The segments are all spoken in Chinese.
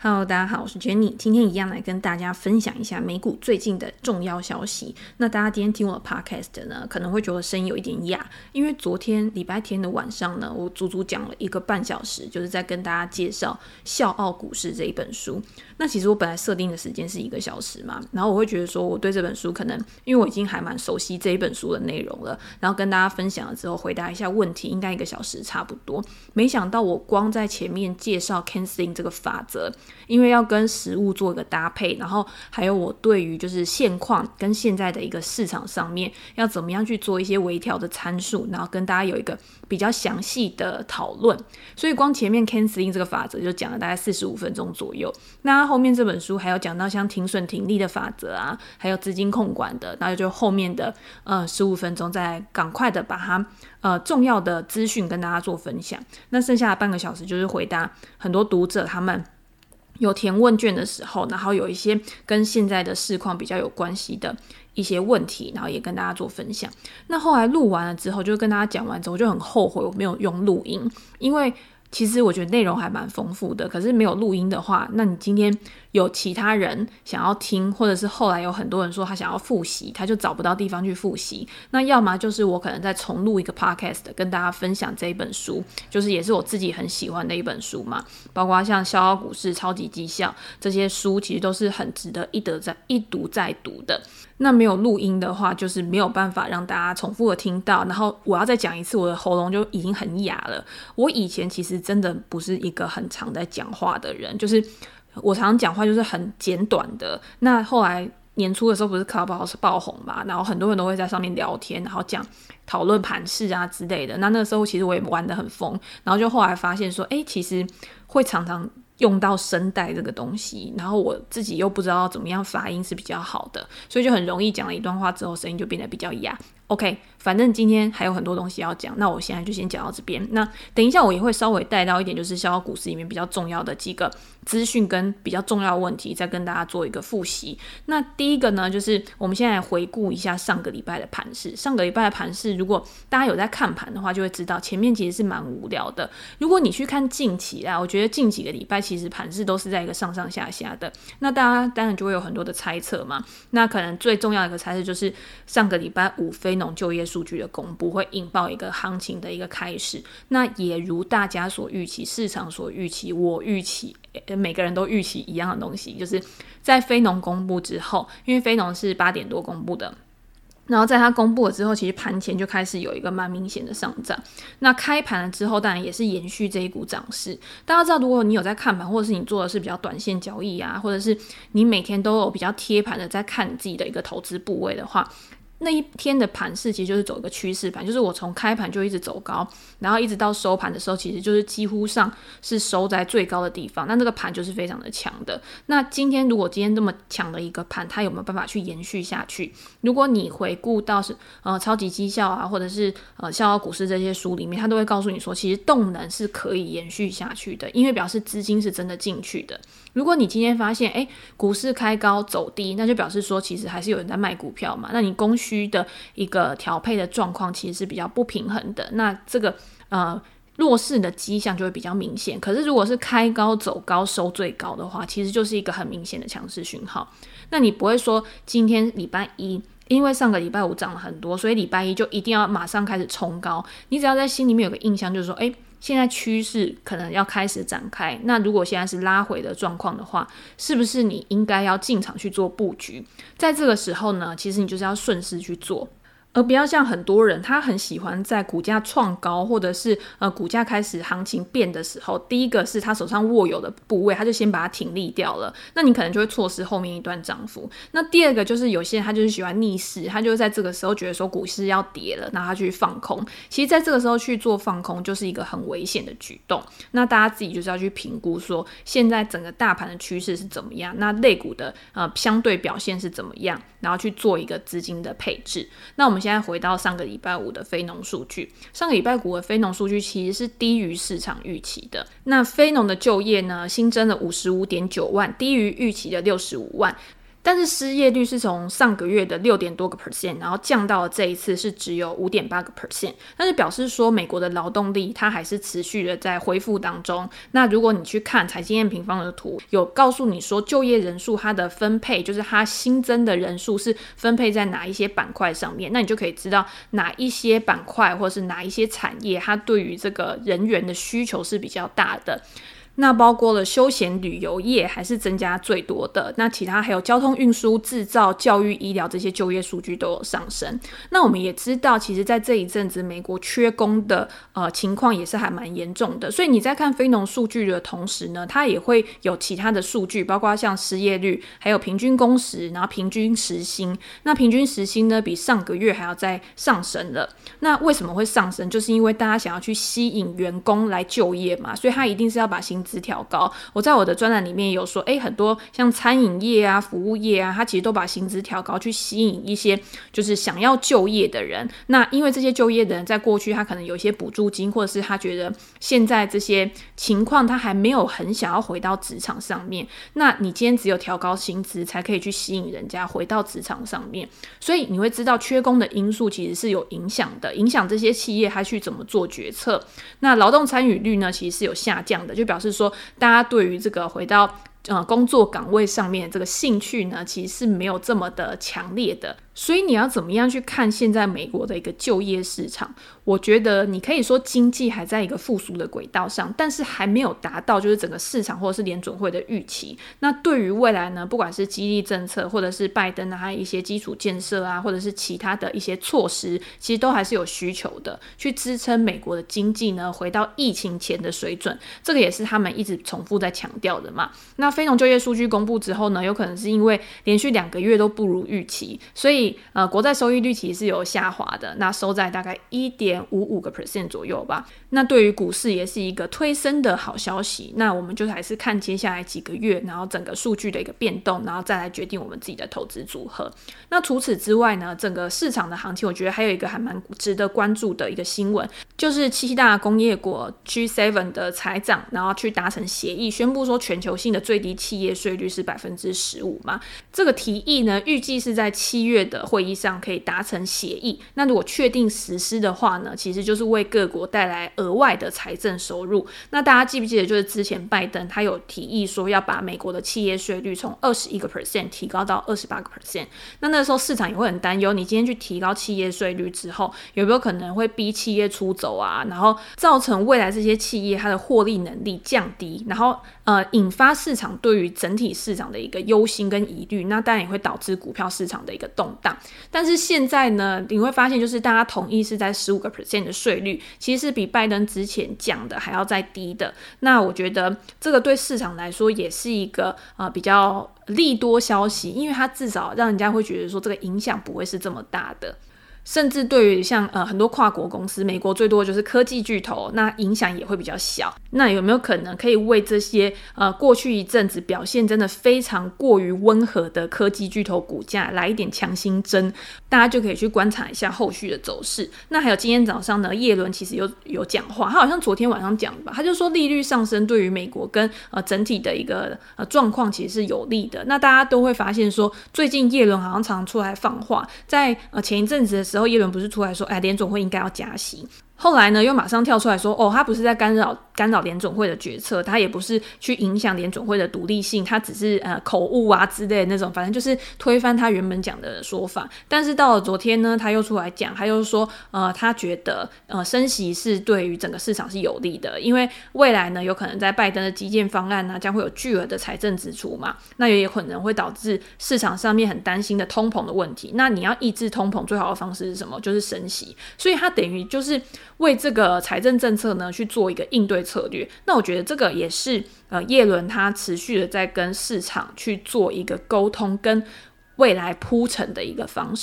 Hello， 大家好，我是 Jenny， 今天一样来跟大家分享一下美股最近的重要消息。那大家今天听我的 podcast 呢，可能会觉得声音有一点哑，因为昨天礼拜天的晚上呢，我足足讲了1个半小时，就是在跟大家介绍《笑傲股市》这一本书。那其实我本来设定的时间是1个小时嘛，然后我会觉得说我对这本书可能因为我已经还蛮熟悉这一本书的内容了，然后跟大家分享了之后回答一下问题，应该1个小时差不多。没想到我光在前面介绍 Kensington 这个法则，因为要跟实物做一个搭配，然后还有我对于就是现况跟现在的一个市场上面要怎么样去做一些微调的参数，然后跟大家有一个比较详细的讨论，所以光前面 Kensington 这个法则就讲了大概45分钟左右。那后面这本书还有讲到像停损停利的法则啊，还有资金控管的，那就后面的15分钟再赶快的把它重要的资讯跟大家做分享。那剩下的半个小时就是回答很多读者他们有填问卷的时候，然后有一些跟现在的市况比较有关系的一些问题，然后也跟大家做分享。那后来录完了之后，就跟大家讲完之后，我就很后悔我没有用录音，因为其实我觉得内容还蛮丰富的，可是没有录音的话，那你今天有其他人想要听，或者是后来有很多人说他想要复习，他就找不到地方去复习，那要么就是我可能再重录一个 podcast 跟大家分享这一本书，就是也是我自己很喜欢的一本书嘛，包括像《笑傲股市》《超级绩效》这些书，其实都是很值得一读再读的。那没有录音的话，就是没有办法让大家重复的听到，然后我要再讲一次，我的喉咙就已经很哑了。我以前其实真的不是一个很常在讲话的人，就是我常讲话就是很简短的。那后来年初的时候不是 Clubhouse 爆红嘛，然后很多人都会在上面聊天，然后讨论盘势啊之类的。那个时候其实我也玩得很疯，然后就后来发现说，其实会常常用到声带这个东西，然后我自己又不知道怎么样发音是比较好的，所以就很容易讲了一段话之后声音就变得比较哑。OK， 反正今天还有很多东西要讲，那我现在就先讲到这边。那等一下我也会稍微带到一点，就是笑傲股市里面比较重要的几个资讯跟比较重要的问题，再跟大家做一个复习。那第一个呢，就是我们现在来回顾一下上个礼拜的盘势。上个礼拜的盘势，如果大家有在看盘的话，就会知道前面其实是蛮无聊的。如果你去看近期啦，我觉得近几个礼拜其实盘势都是在一个上上下下的。那大家当然就会有很多的猜测嘛。那可能最重要的一个猜测就是上个礼拜5非农就业数据的公布会引爆一个行情的一个开始。那也如大家所预期，市场所预期，我预期，每个人都预期一样的东西，就是在非农公布之后，因为非农是8点多公布的，然后在它公布了之后，其实盘前就开始有一个蛮明显的上涨。那开盘了之后，当然也是延续这一股涨势。大家知道，如果你有在看盘，或者是你做的是比较短线交易啊，或者是你每天都有比较贴盘的在看你自己的一个投资部位的话，那一天的盘势其实就是走一个趋势盘，就是我从开盘就一直走高，然后一直到收盘的时候，其实就是几乎上是收在最高的地方，那这个盘就是非常的强的。那如果今天这么强的一个盘，它有没有办法去延续下去？如果你回顾到是超级绩效啊，或者是笑傲股市这些书里面，它都会告诉你说，其实动能是可以延续下去的，因为表示资金是真的进去的。如果你今天发现股市开高走低，那就表示说其实还是有人在卖股票嘛，那你供需的一个调配的状况其实是比较不平衡的，那这个弱势的迹象就会比较明显。可是如果是开高走高收最高的话，其实就是一个很明显的强势讯号。那你不会说今天礼拜一因为上个礼拜5涨了很多，所以礼拜一就一定要马上开始冲高，你只要在心里面有个印象，就是说现在趋势可能要开始展开，那如果现在是拉回的状况的话，是不是你应该要进场去做布局？在这个时候呢，其实你就是要顺势去做，而不要像很多人他很喜欢在股价创高或者是股价开始行情变的时候，第一个是他手上握有的部位他就先把它停利掉了，那你可能就会错失后面一段涨幅。那第二个就是有些人他就是喜欢逆势，他就在这个时候觉得说股市要跌了，那他去放空，其实在这个时候去做放空就是一个很危险的举动。那大家自己就是要去评估说现在整个大盘的趋势是怎么样，那类股的相对表现是怎么样，然后去做一个资金的配置。那我们现在回到上个礼拜5的非农数据，上个礼拜5的非农数据其实是低于市场预期的。那非农的就业呢，新增了55.9万，低于预期的65万。 但是失业率是从上个月的6.多个%，然后降到了这一次是只有5.8个%，但是表示说美国的劳动力它还是持续的在恢复当中。那如果你去看财经 M 平方的图，有告诉你说就业人数它的分配，就是它新增的人数是分配在哪一些板块上面，那你就可以知道哪一些板块或是哪一些产业它对于这个人员的需求是比较大的。那包括了休闲旅游业还是增加最多的，那其他还有交通运输、制造、教育、医疗这些就业数据都有上升。那我们也知道其实在这一阵子美国缺工的情况也是还蛮严重的，所以你在看非农数据的同时呢，它也会有其他的数据，包括像失业率，还有平均工时，然后平均时薪。那平均时薪呢比上个月还要再上升了。那为什么会上升？就是因为大家想要去吸引员工来就业嘛，所以他一定是要把薪资调高。我在我的专栏里面有说很多像餐饮业啊、服务业啊，他其实都把薪资调高去吸引一些就是想要就业的人。那因为这些就业的人在过去他可能有一些补助金，或者是他觉得现在这些情况他还没有很想要回到职场上面，那你今天只有调高薪资才可以去吸引人家回到职场上面。所以你会知道缺工的因素其实是有影响的，影响这些企业他去怎么做决策。那劳动参与率呢其实是有下降的，就表示说大家对于这个回到工作岗位上面这个兴趣呢其实是没有这么的强烈的。所以你要怎么样去看现在美国的一个就业市场？我觉得你可以说经济还在一个复苏的轨道上，但是还没有达到就是整个市场或者是联准会的预期。那对于未来呢，不管是激励政策或者是拜登啊一些基础建设啊，或者是其他的一些措施，其实都还是有需求的，去支撑美国的经济呢回到疫情前的水准。这个也是他们一直重复在强调的嘛。那非农就业数据公布之后呢，有可能是因为连续2个月都不如预期，所以国债收益率其实是有下滑的，那收在大概 1.55% 左右吧。那对于股市也是一个推升的好消息。那我们就还是看接下来几个月，然后整个数据的一个变动，然后再来决定我们自己的投资组合。那除此之外呢，整个市场的行情我觉得还有一个还蛮值得关注的一个新闻，就是7大工业国 G7 的财长然后去达成协议，宣布说全球性的最低企业税率是 15% 嘛。这个提议呢预计是在7月的会议上可以达成协议。那如果确定实施的话呢，其实就是为各国带来额外的财政收入。那大家记不记得就是之前拜登他有提议说要把美国的企业税率从 21% 提高到 28%。 那时候市场也会很担忧，你今天去提高企业税率之后有没有可能会逼企业出走啊，然后造成未来这些企业它的获利能力降低，然后引发市场对于整体市场的一个忧心跟疑虑，那当然也会导致股票市场的一个动荡。但是现在呢，你会发现就是大家同意是在 15% 的税率，其实是比拜登之前讲的还要再低的。那我觉得这个对市场来说也是一个比较利多消息，因为它至少让人家会觉得说这个影响不会是这么大的。甚至对于像很多跨国公司，美国最多就是科技巨头，那影响也会比较小。那有没有可能可以为这些过去一阵子表现真的非常过于温和的科技巨头股价来一点强心针？大家就可以去观察一下后续的走势。那还有今天早上呢，耶伦其实有讲话，他好像昨天晚上讲的吧，他就说利率上升对于美国跟整体的一个状况其实是有利的。那大家都会发现说，最近耶伦好像常出来放话，在前一阵子的时候，耶伦不是出来说联总会应该要加息，后来呢又马上跳出来说他不是在干扰联总会的决策，他也不是去影响联总会的独立性，他只是口误啊之类的那种，反正就是推翻他原本讲的说法。但是到了昨天呢，他又出来讲，他又说他觉得升息是对于整个市场是有利的，因为未来呢有可能在拜登的基建方案呢将会有巨额的财政支出嘛，那也有可能会导致市场上面很担心的通膨的问题。那你要抑制通膨最好的方式是什么？就是升息。所以他等于就是为这个财政政策呢去做一个应对策略。那我觉得这个也是耶伦他持续的在跟市场去做一个沟通跟未来铺陈的一个方式。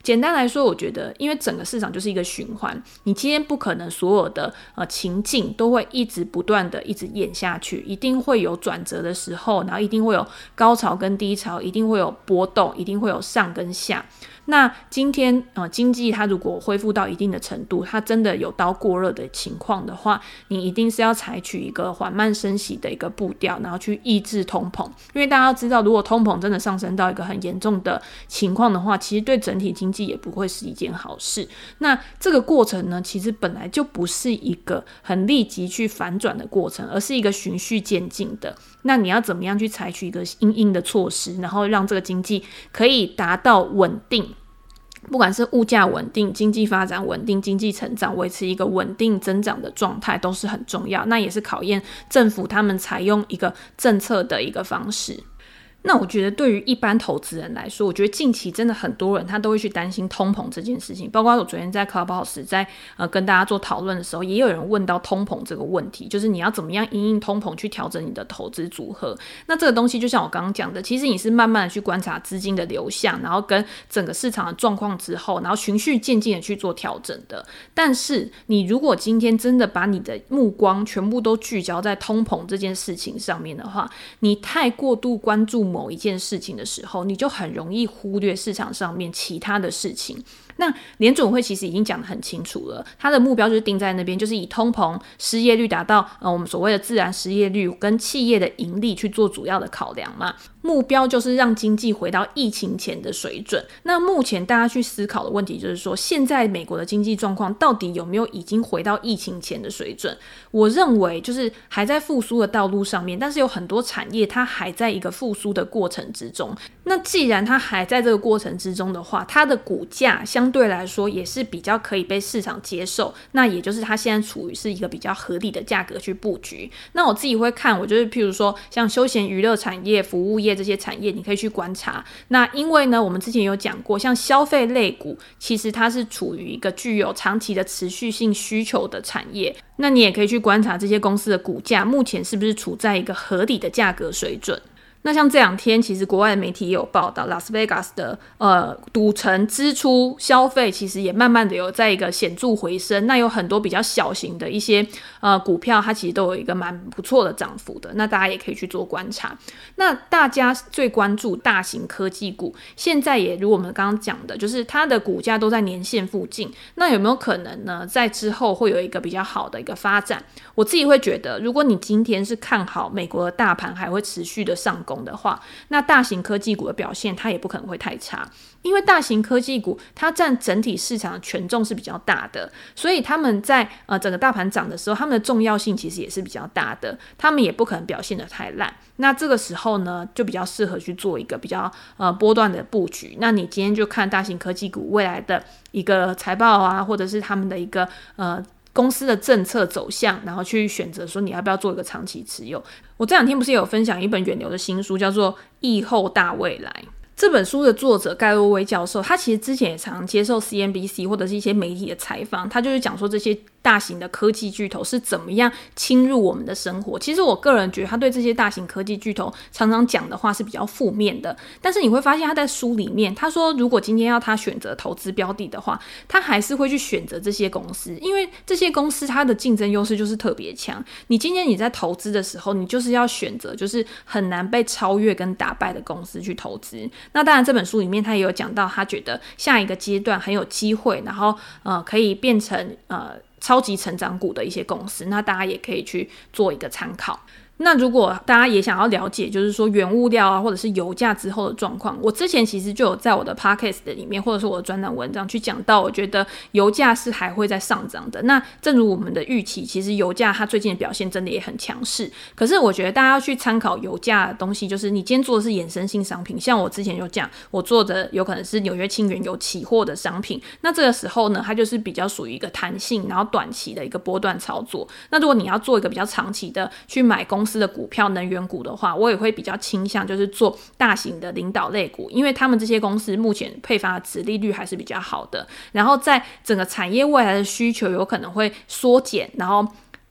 简单来说，我觉得因为整个市场就是一个循环，你今天不可能所有的情境都会一直不断的一直演下去，一定会有转折的时候，然后一定会有高潮跟低潮，一定会有波动，一定会有上跟下。那今天经济它如果恢复到一定的程度，它真的有到过热的情况的话，你一定是要采取一个缓慢升息的一个步调，然后去抑制通膨。因为大家要知道，如果通膨真的上升到一个很严重的情况的话，其实对整体经济也不会是一件好事。那这个过程呢，其实本来就不是一个很立即去反转的过程，而是一个循序渐进的。那你要怎么样去采取一个因应的措施，然后让这个经济可以达到稳定，不管是物价稳定、经济发展稳定、经济成长维持一个稳定增长的状态都是很重要，那也是考验政府他们采用一个政策的一个方式。那我觉得对于一般投资人来说，我觉得近期真的很多人他都会去担心通膨这件事情，包括我昨天在 Clubhouse 在跟大家做讨论的时候，也有人问到通膨这个问题，就是你要怎么样因应通膨去调整你的投资组合。那这个东西就像我刚刚讲的，其实你是慢慢的去观察资金的流向，然后跟整个市场的状况之后，然后循序渐进的去做调整的。但是你如果今天真的把你的目光全部都聚焦在通膨这件事情上面的话，你太过度关注某一件事情的时候，你就很容易忽略市场上面其他的事情。那联准会其实已经讲得很清楚了，它的目标就是定在那边，就是以通膨、失业率达到我们所谓的自然失业率跟企业的盈利去做主要的考量嘛。目标就是让经济回到疫情前的水准。那目前大家去思考的问题就是说，现在美国的经济状况到底有没有已经回到疫情前的水准？我认为就是还在复苏的道路上面，但是有很多产业它还在一个复苏的过程之中。那既然它还在这个过程之中的话，它的股价相对来说也是比较可以被市场接受，那也就是它现在处于是一个比较合理的价格去布局。那我自己会看，我就是譬如说像休闲娱乐产业、服务业这些产业，你可以去观察。那因为呢，我们之前有讲过，像消费类股，其实它是处于一个具有长期的持续性需求的产业。那你也可以去观察这些公司的股价目前是不是处在一个合理的价格水准。那像这两天其实国外的媒体也有报道，拉斯维加斯的赌城支出消费其实也慢慢的有在一个显著回升。那有很多比较小型的一些股票，它其实都有一个蛮不错的涨幅的，那大家也可以去做观察。那大家最关注大型科技股，现在也如我们刚刚讲的，就是它的股价都在年线附近，那有没有可能呢在之后会有一个比较好的一个发展？我自己会觉得，如果你今天是看好美国的大盘还会持续的上攻的话，那大型科技股的表现它也不可能会太差，因为大型科技股它占整体市场的权重是比较大的，所以他们在整个大盘涨的时候，他们的重要性其实也是比较大的，他们也不可能表现得太烂。那这个时候呢，就比较适合去做一个比较波段的布局。那你今天就看大型科技股未来的一个财报啊，或者是他们的一个公司的政策走向，然后去选择说你要不要做一个长期持有。我这两天不是也有分享一本远流的新书，叫做《疫后大未来》。这本书的作者盖洛威教授，他其实之前也常接受 CNBC 或者是一些媒体的采访，他就是讲说这些大型的科技巨头是怎么样侵入我们的生活。其实我个人觉得他对这些大型科技巨头常常讲的话是比较负面的，但是你会发现他在书里面他说，如果今天要他选择投资标的的话，他还是会去选择这些公司，因为这些公司它的竞争优势就是特别强。你今天你在投资的时候，你就是要选择就是很难被超越跟打败的公司去投资。那当然这本书里面他也有讲到，他觉得下一个阶段很有机会，然后可以变成超级成长股的一些公司，那大家也可以去做一个参考。那如果大家也想要了解就是说原物料啊或者是油价之后的状况，我之前其实就有在我的 podcast 里面或者是我的专栏文章去讲到，我觉得油价是还会再上涨的。那正如我们的预期，其实油价它最近的表现真的也很强势，可是我觉得大家要去参考油价的东西，就是你今天做的是衍生性商品，像我之前有讲我做的有可能是纽约轻原油期货的商品，那这个时候呢它就是比较属于一个弹性然后短期的一个波段操作。那如果你要做一个比较长期的去买公司的股票能源股的话，我也会比较倾向就是做大型的领导类股，因为他们这些公司目前配发的殖利率还是比较好的，然后在整个产业未来的需求有可能会缩减，然后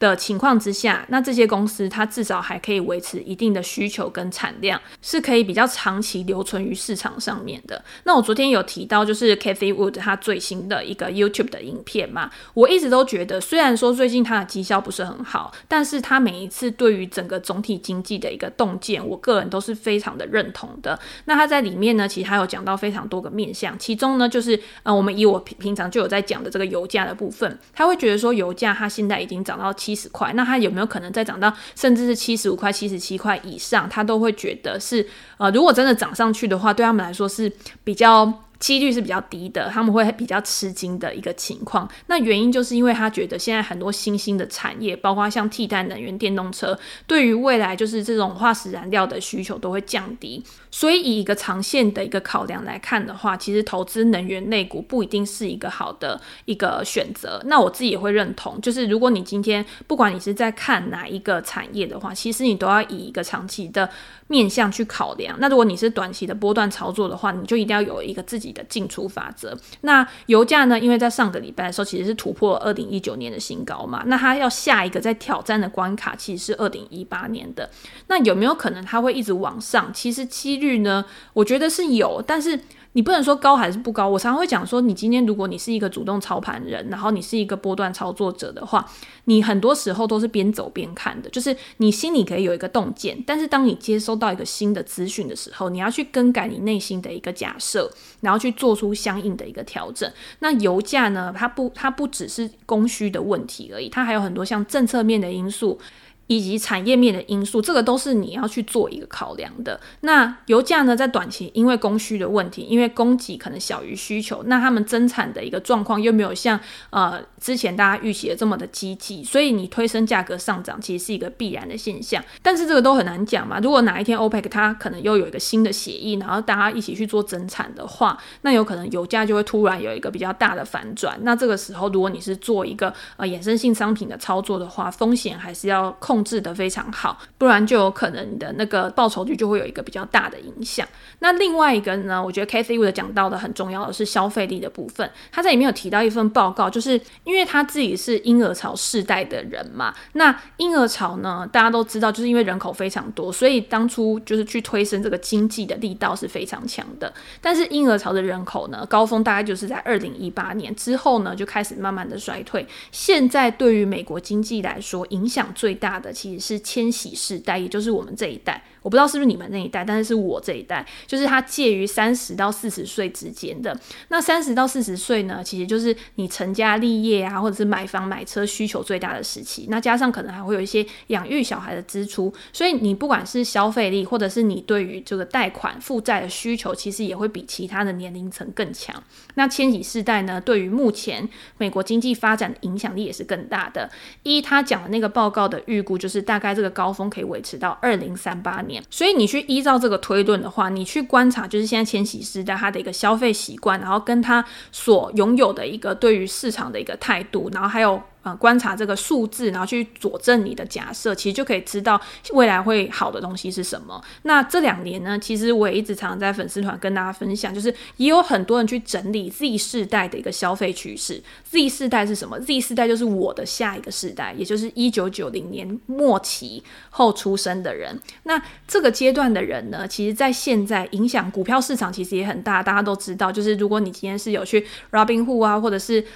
的情况之下，那这些公司它至少还可以维持一定的需求跟产量，是可以比较长期留存于市场上面的。那我昨天有提到就是 Cathie Wood 他最新的一个 YouTube 的影片嘛，我一直都觉得虽然说最近他的绩效不是很好，但是他每一次对于整个总体经济的一个洞见，我个人都是非常的认同的。那他在里面呢，其实他有讲到非常多个面向，其中呢就是我们以我平常就有在讲的这个油价的部分，他会觉得说油价它现在已经涨到70块，那它有没有可能再涨到甚至是75块、77块以上，他都会觉得是如果真的涨上去的话，对他们来说是比较几率是比较低的，他们会比较吃惊的一个情况。那原因就是因为他觉得现在很多新兴的产业，包括像替代能源电动车，对于未来就是这种化石燃料的需求都会降低，所以以一个长线的一个考量来看的话，其实投资能源类股不一定是一个好的一个选择。那我自己也会认同，就是如果你今天不管你是在看哪一个产业的话，其实你都要以一个长期的面向去考量。那如果你是短期的波段操作的话，你就一定要有一个自己的进出法则。那油价呢，因为在上个礼拜的时候其实是突破了2019年的新高嘛，那它要下一个在挑战的关卡其实是2018年的。那有没有可能它会一直往上？其实几率呢，我觉得是有，但是你不能说高还是不高。我常常会讲说，你今天如果你是一个主动操盘人，然后你是一个波段操作者的话，你很多时候都是边走边看的，就是你心里可以有一个洞见，但是当你接收到一个新的资讯的时候，你要去更改你内心的一个假设，然后去做出相应的一个调整。那油价呢，它不只是供需的问题而已，它还有很多像政策面的因素以及产业面的因素，这个都是你要去做一个考量的。那油价呢，在短期因为供需的问题，因为供给可能小于需求，那他们增产的一个状况又没有像之前大家预期的这么的积极，所以你推升价格上涨其实是一个必然的现象。但是这个都很难讲嘛，如果哪一天 OPEC 它可能又有一个新的协议，然后大家一起去做增产的话，那有可能油价就会突然有一个比较大的反转。那这个时候如果你是做一个衍生性商品的操作的话，风险还是要控制的非常好，不然就有可能你的那个报酬率就会有一个比较大的影响。那另外一个呢，我觉得 Cathie Wood 讲到的很重要的是消费力的部分。他在里面有提到一份报告，就是因为他自己是婴儿潮世代的人嘛，那婴儿潮呢，大家都知道就是因为人口非常多，所以当初就是去推升这个经济的力道是非常强的。但是婴儿潮的人口呢，高峰大概就是在2018年之后呢，就开始慢慢的衰退。现在对于美国经济来说，影响最大的其实是千禧世代，也就是我们这一代。我不知道是不是你们那一代，但是是我这一代，就是它介于30到40岁之间的。那30到40岁呢，其实就是你成家立业啊，或者是买房买车需求最大的时期。那加上可能还会有一些养育小孩的支出，所以你不管是消费力，或者是你对于这个贷款负债的需求，其实也会比其他的年龄层更强。那千禧世代呢，对于目前美国经济发展的影响力也是更大的。他讲的那个报告的预估，就是大概这个高峰可以维持到2038年。所以你去依照这个推论的话，你去观察就是现在千禧世代他的一个消费习惯，然后跟他所拥有的一个对于市场的一个态度，然后还有观察这个数字，然后去佐证你的假设，其实就可以知道未来会好的东西是什么。那这2年呢，其实我也一直常常在粉丝团跟大家分享，就是也有很多人去整理 Z 世代的一个消费趋势。Z 世代是什么？ Z 世代就是我的下一个世代，也就是1990年末期后出生的人。那这个阶段的人呢，其实在现在影响股票市场其实也很大。大家都知道，就是如果你今天是有去 Robinhood 啊，或者是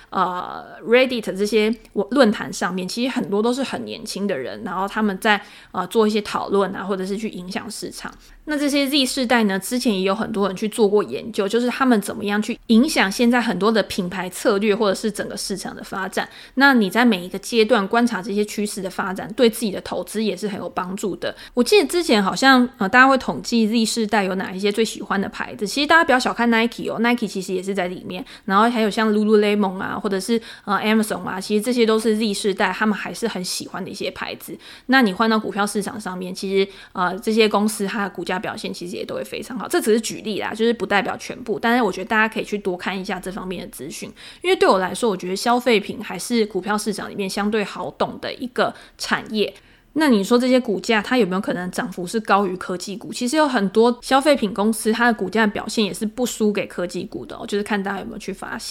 Reddit 这些论坛上面，其实很多都是很年轻的人，然后他们在做一些讨论啊，或者是去影响市场。那这些 Z 世代呢，之前也有很多人去做过研究，就是他们怎么样去影响现在很多的品牌策略，或者是整个市场的发展。那你在每一个阶段观察这些趋势的发展，对自己的投资也是很有帮助的。我记得之前好像大家会统计 Z 世代有哪一些最喜欢的牌子，其实大家不要小看 Nike 哦 ，Nike 其实也是在里面，然后还有像 Lululemon 啊，或者是Amazon 啊，其实这些都是 Z 世代他们还是很喜欢的一些牌子。那你换到股票市场上面，其实这些公司它的股价表现其实也都会非常好。这只是举例啦，就是不代表全部，但是我觉得大家可以去多看一下这方面的资讯，因为对我来说，我觉得消费品还是股票市场里面相对好懂的一个产业。那你说这些股价它有没有可能涨幅是高于科技股？其实有很多消费品公司它的股价表现也是不输给科技股的就是看大家有没有去发现。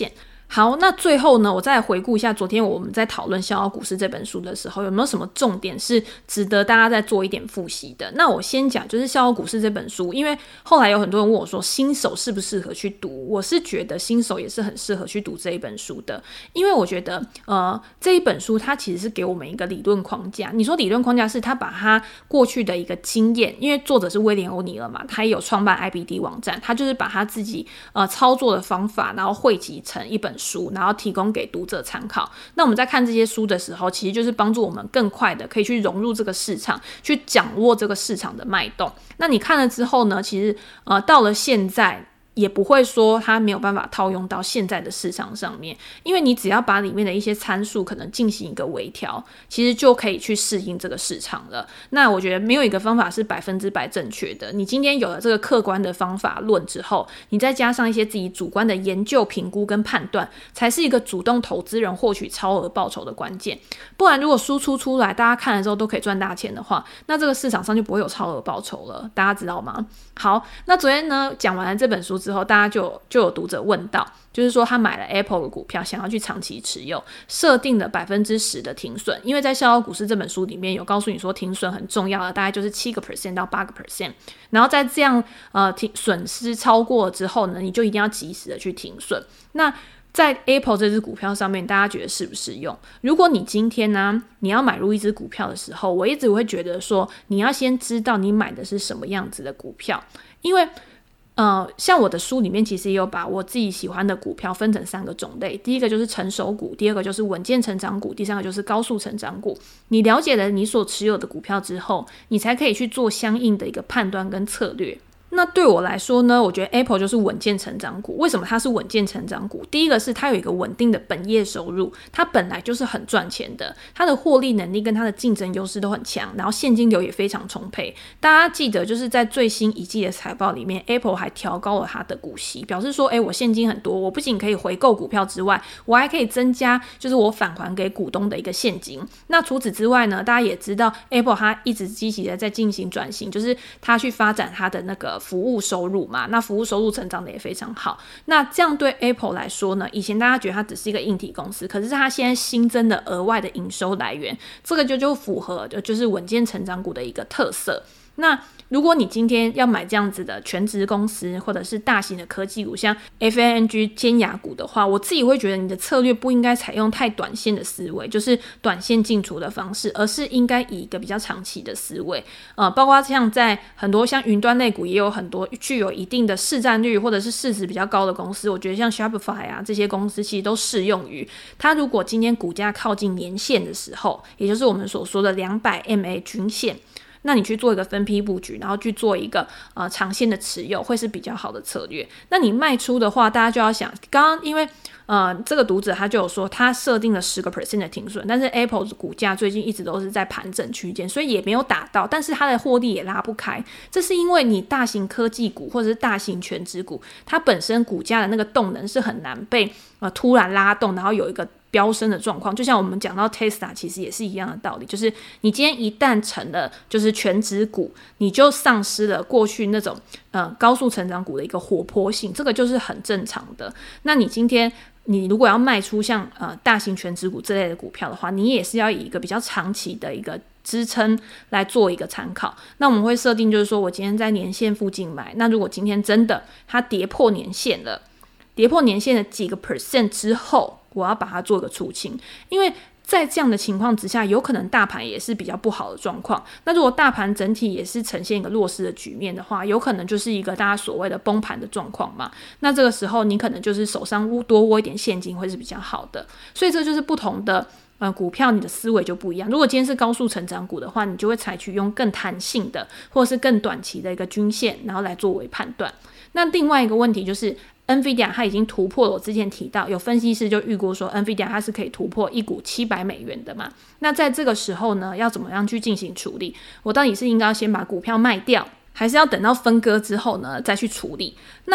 好，那最后呢，我再来回顾一下昨天我们在讨论《笑傲股市》这本书的时候，有没有什么重点是值得大家再做一点复习的？那我先讲，就是《笑傲股市》这本书，因为后来有很多人问我说，新手适不适合去读？我是觉得新手也是很适合去读这一本书的，因为我觉得这一本书它其实是给我们一个理论框架。你说理论框架是他把他过去的一个经验，因为作者是威廉欧尼尔嘛，他也有创办 IBD 网站，他就是把他自己操作的方法，然后汇集成一本书，然后提供给读者参考。那我们在看这些书的时候，其实就是帮助我们更快的可以去融入这个市场，去掌握这个市场的脉动。那你看了之后呢，其实到了现在也不会说它没有办法套用到现在的市场上面，因为你只要把里面的一些参数可能进行一个微调，其实就可以去适应这个市场了。那我觉得没有一个方法是100%正确的，你今天有了这个客观的方法论之后，你再加上一些自己主观的研究评估跟判断，才是一个主动投资人获取超额报酬的关键。不然如果输出来大家看了之后都可以赚大钱的话，那这个市场上就不会有超额报酬了，大家知道吗？好，那昨天呢讲完了这本书之后，大家就有读者问到，就是说他买了 Apple 的股票，想要去长期持有，设定了10%的停损，因为在《笑傲股市》这本书里面有告诉你说停损很重要的，大概就是7% 到8%，然后在这样损失超过了之后呢，你就一定要及时的去停损。那在 Apple 这支股票上面，大家觉得适不适用？如果你今天呢，你要买入一支股票的时候，我一直会觉得说，你要先知道你买的是什么样子的股票，因为像我的书里面其实也有把我自己喜欢的股票分成3个种类，第一个就是成熟股，第二个就是稳健成长股，第三个就是高速成长股。你了解了你所持有的股票之后，你才可以去做相应的一个判断跟策略。那对我来说呢，我觉得 Apple 就是稳健成长股。为什么它是稳健成长股？第一个是它有一个稳定的本业收入，它本来就是很赚钱的，它的获利能力跟它的竞争优势都很强，然后现金流也非常充沛。大家记得就是在最新一季的财报里面， Apple 还调高了它的股息，表示说我现金很多，我不仅可以回购股票之外，我还可以增加就是我返还给股东的一个现金。那除此之外呢，大家也知道 Apple 它一直积极的在进行转型，就是它去发展它的那个服务收入嘛，那服务收入成长的也非常好。那这样对 Apple 来说呢，以前大家觉得它只是一个硬体公司，可是它现在新增的额外的营收来源，这个就符合就是稳健成长股的一个特色。那如果你今天要买这样子的全职公司或者是大型的科技股，像 FANG 尖牙股的话，我自己会觉得你的策略不应该采用太短线的思维，就是短线进出的方式，而是应该以一个比较长期的思维。包括像在很多像云端类股也有很多具有一定的市占率或者是市值比较高的公司，我觉得像 Shopify 啊这些公司其实都适用于它。如果今天股价靠近年线的时候，也就是我们所说的200 MA 均线，那你去做一个分批布局，然后去做一个长线的持有，会是比较好的策略。那你卖出的话，大家就要想，刚刚因为这个读者他就有说他设定了10% 的停损，但是 Apple 的股价最近一直都是在盘整区间，所以也没有打到，但是它的获利也拉不开。这是因为你大型科技股或者是大型全职股，它本身股价的那个动能是很难被突然拉动，然后有一个飙升的状况。就像我们讲到 Tesla 其实也是一样的道理，就是你今天一旦成了就是全职股，你就丧失了过去那种高速成长股的一个活泼性，这个就是很正常的。那你今天你如果要卖出像大型全职股这类的股票的话，你也是要以一个比较长期的一个支撑来做一个参考。那我们会设定就是说我今天在年线附近买，那如果今天真的它跌破年线了，跌破年线的几个%之后，我要把它做个出清，因为在这样的情况之下，有可能大盘也是比较不好的状况。那如果大盘整体也是呈现一个弱势的局面的话，有可能就是一个大家所谓的崩盘的状况嘛。那这个时候你可能就是手上多握一点现金会是比较好的。所以这就是不同的股票，你的思维就不一样。如果今天是高速成长股的话，你就会采取用更弹性的或者是更短期的一个均线，然后来作为判断。那另外一个问题就是NVIDIA 它已经突破了，我之前提到有分析师就预估说 NVIDIA 它是可以突破一股$700的嘛。那在这个时候呢，要怎么样去进行处理？我到底是应该要先把股票卖掉，还是要等到分割之后呢再去处理？那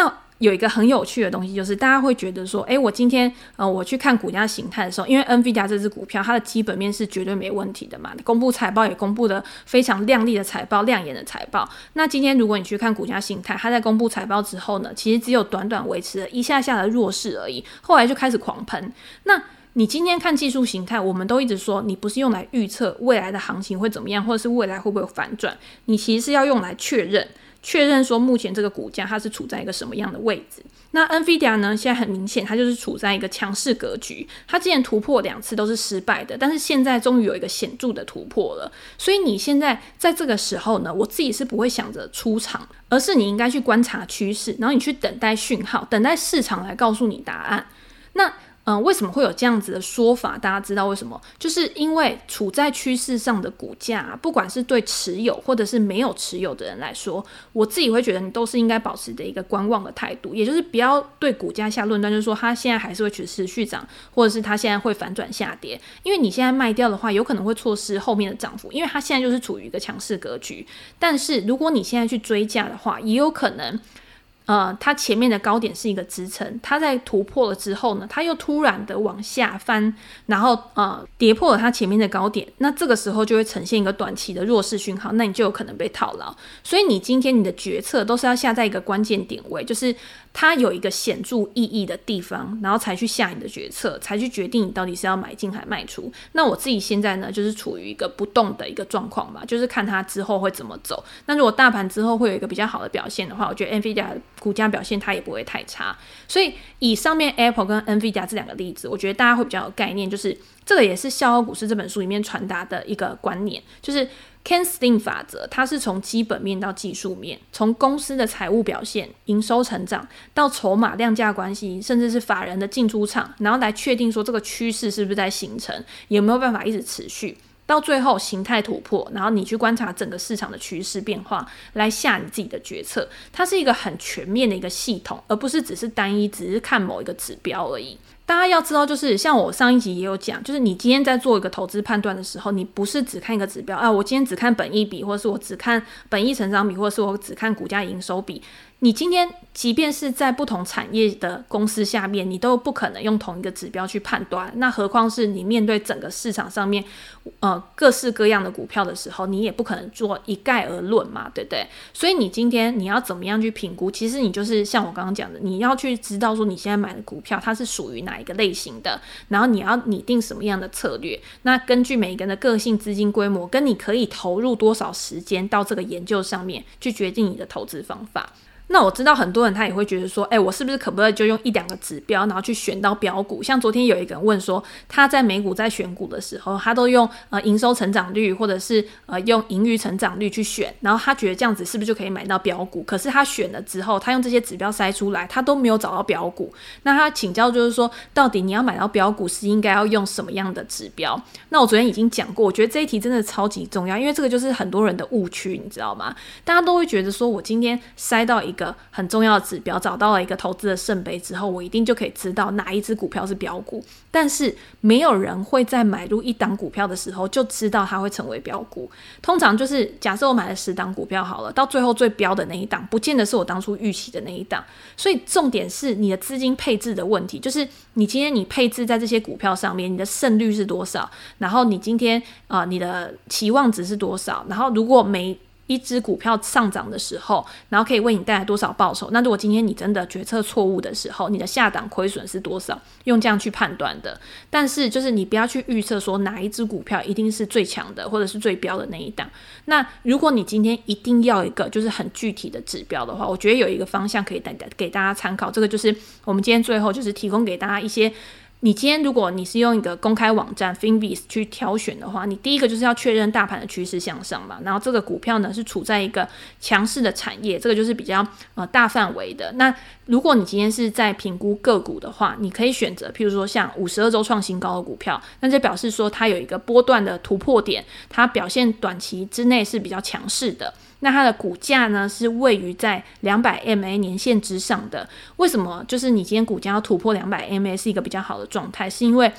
有一个很有趣的东西，就是大家会觉得说，我今天我去看股价形态的时候，因为 NVIDIA 这支股票它的基本面是绝对没问题的嘛，公布财报也公布的非常亮丽的财报，亮眼的财报。那今天如果你去看股价形态，它在公布财报之后呢，其实只有短短维持了一下下的弱势而已，后来就开始狂喷。那你今天看技术形态，我们都一直说你不是用来预测未来的行情会怎么样，或者是未来会不会有反转，你其实是要用来确认说目前这个股价它是处在一个什么样的位置。那 NVIDIA 呢，现在很明显它就是处在一个强势格局，它之前突破2次都是失败的，但是现在终于有一个显著的突破了。所以你现在在这个时候呢，我自己是不会想着出场，而是你应该去观察趋势，然后你去等待讯号，等待市场来告诉你答案。那为什么会有这样子的说法？大家知道为什么？就是因为处在趋势上的股价，不管是对持有或者是没有持有的人来说，我自己会觉得你都是应该保持着一个观望的态度，也就是不要对股价下论断，就是说它现在还是会持续涨，或者是它现在会反转下跌，因为你现在卖掉的话，有可能会错失后面的涨幅，因为它现在就是处于一个强势格局。但是如果你现在去追价的话，也有可能它前面的高点是一个支撑，它在突破了之后呢，它又突然的往下翻，然后跌破了它前面的高点，那这个时候就会呈现一个短期的弱势讯号，那你就有可能被套牢。所以你今天你的决策都是要下在一个关键点位，就是它有一个显著意义的地方，然后才去下你的决策，才去决定你到底是要买进还卖出。那我自己现在呢，就是处于一个不动的一个状况嘛，就是看它之后会怎么走。那如果大盘之后会有一个比较好的表现的话，我觉得 NVIDIA 股价表现它也不会太差。所以以上面 Apple 跟 NVIDIA 这两个例子，我觉得大家会比较有概念，就是这个也是《笑傲股市》这本书里面传达的一个观念，就是 Ken-Stein 法则，它是从基本面到技术面，从公司的财务表现、营收成长到筹码量价关系，甚至是法人的进出场，然后来确定说这个趋势是不是在形成，有没有办法一直持续。到最后形态突破，然后你去观察整个市场的趋势变化，来下你自己的决策。它是一个很全面的一个系统，而不是只是单一，只是看某一个指标而已。大家要知道，就是像我上一集也有讲，就是你今天在做一个投资判断的时候，你不是只看一个指标我今天只看本益比，或者是我只看本益成长比，或者是我只看股价营收比。你今天即便是在不同产业的公司下面，你都不可能用同一个指标去判断，那何况是你面对整个市场上面各式各样的股票的时候，你也不可能做一概而论嘛，对不对？所以你今天你要怎么样去评估，其实你就是像我刚刚讲的，你要去知道说你现在买的股票它是属于哪一个类型的，然后你要拟定什么样的策略，那根据每一个人的个性、资金规模跟你可以投入多少时间到这个研究上面去决定你的投资方法。那我知道很多人他也会觉得说，我是不是可不可以就用1-2个指标，然后去选到标股？像昨天有一个人问说，他在美股在选股的时候，他都用营收成长率或者是用盈余成长率去选，然后他觉得这样子是不是就可以买到标股？可是他选了之后，他用这些指标筛出来，他都没有找到标股。那他请教就是说，到底你要买到标股是应该要用什么样的指标？那我昨天已经讲过，我觉得这一题真的超级重要，因为这个就是很多人的误区，你知道吗？大家都会觉得说，我今天筛到一个很重要的指标，找到了一个投资的圣杯之后，我一定就可以知道哪一只股票是标股。但是没有人会在买入一档股票的时候就知道它会成为标股。通常就是假设我买了10档股票好了，到最后最标的那一档不见得是我当初预期的那一档。所以重点是你的资金配置的问题，就是你今天你配置在这些股票上面，你的胜率是多少，然后你今天你的期望值是多少，然后如果每一只股票上涨的时候，然后可以为你带来多少报酬，那如果今天你真的决策错误的时候，你的下档亏损是多少，用这样去判断的。但是就是你不要去预测说哪一只股票一定是最强的或者是最标的那一档。那如果你今天一定要一个就是很具体的指标的话，我觉得有一个方向可以给大家参考，这个就是我们今天最后就是提供给大家一些，你今天如果你是用一个公开网站 Finviz 去挑选的话，你第一个就是要确认大盘的趋势向上嘛，然后这个股票呢是处在一个强势的产业，这个就是比较大范围的。那如果你今天是在评估个股的话，你可以选择譬如说像52周创新高的股票，那就表示说它有一个波段的突破点，它表现短期之内是比较强势的。那它的股价呢是位于在200MA 年线之上的。为什么就是你今天股价要突破200MA 是一个比较好的状态？是因为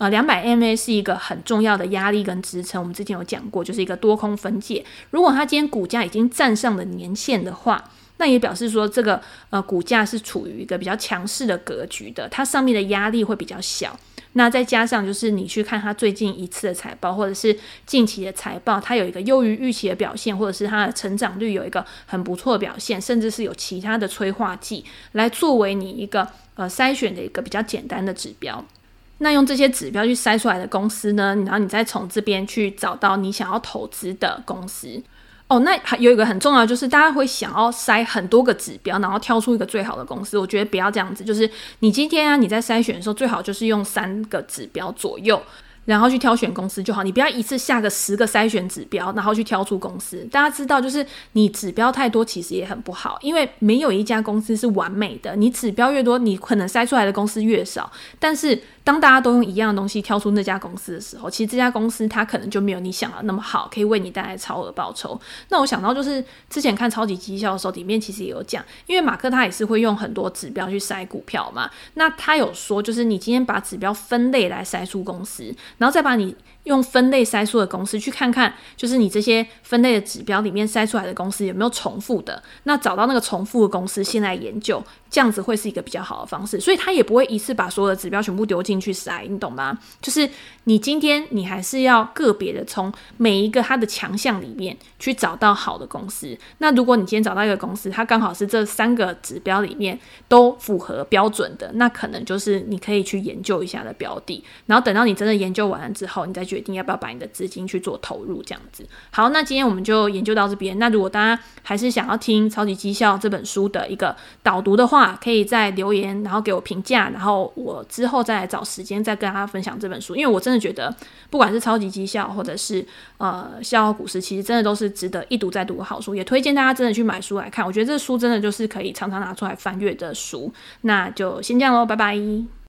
200MA 是一个很重要的压力跟支撑，我们之前有讲过，就是一个多空分界。如果它今天股价已经站上了年线的话， 那也表示说这个股价是处于一个比较强势的格局的，它上面的压力会比较小。那再加上就是你去看它最近一次的财报，或者是近期的财报，它有一个优于预期的表现，或者是它的成长率有一个很不错的表现，甚至是有其他的催化剂来作为你一个筛选的一个比较简单的指标。那用这些指标去筛出来的公司呢，然后你再从这边去找到你想要投资的公司。那有一个很重要的就是大家会想要筛很多个指标，然后挑出一个最好的公司。我觉得不要这样子，就是你今天你在筛选的时候，最好就是用3个指标左右，然后去挑选公司就好，你不要一次下个10个筛选指标，然后去挑出公司。大家知道，就是你指标太多其实也很不好，因为没有一家公司是完美的，你指标越多，你可能筛出来的公司越少。但是当大家都用一样的东西挑出那家公司的时候，其实这家公司它可能就没有你想的那么好，可以为你带来超额报酬。那我想到就是之前看超级绩效的时候，里面其实也有讲，因为马克他也是会用很多指标去筛股票嘛，那他有说就是你今天把指标分类来筛出公司，然后再把你用分类筛出的公司去看看，就是你这些分类的指标里面筛出来的公司有没有重复的，那找到那个重复的公司先来研究，这样子会是一个比较好的方式。所以他也不会一次把所有的指标全部丢进去筛，你懂吗？就是你今天你还是要个别的从每一个它的强项里面去找到好的公司。那如果你今天找到一个公司，它刚好是这3个指标里面都符合标准的，那可能就是你可以去研究一下的标的，然后等到你真的研究完了之后，你再决定要不要把你的资金去做投入这样子。好，那今天我们就研究到这边。那如果大家还是想要听《超级绩效》这本书的一个导读的话，可以在留言然后给我评价，然后我之后再来找时间再跟大家分享这本书。因为我真的觉得不管是超级绩效或者是笑傲股市，其实真的都是值得一读再读的好书，也推荐大家真的去买书来看。我觉得这书真的就是可以常常拿出来翻阅的书。那就先这样咯，拜拜。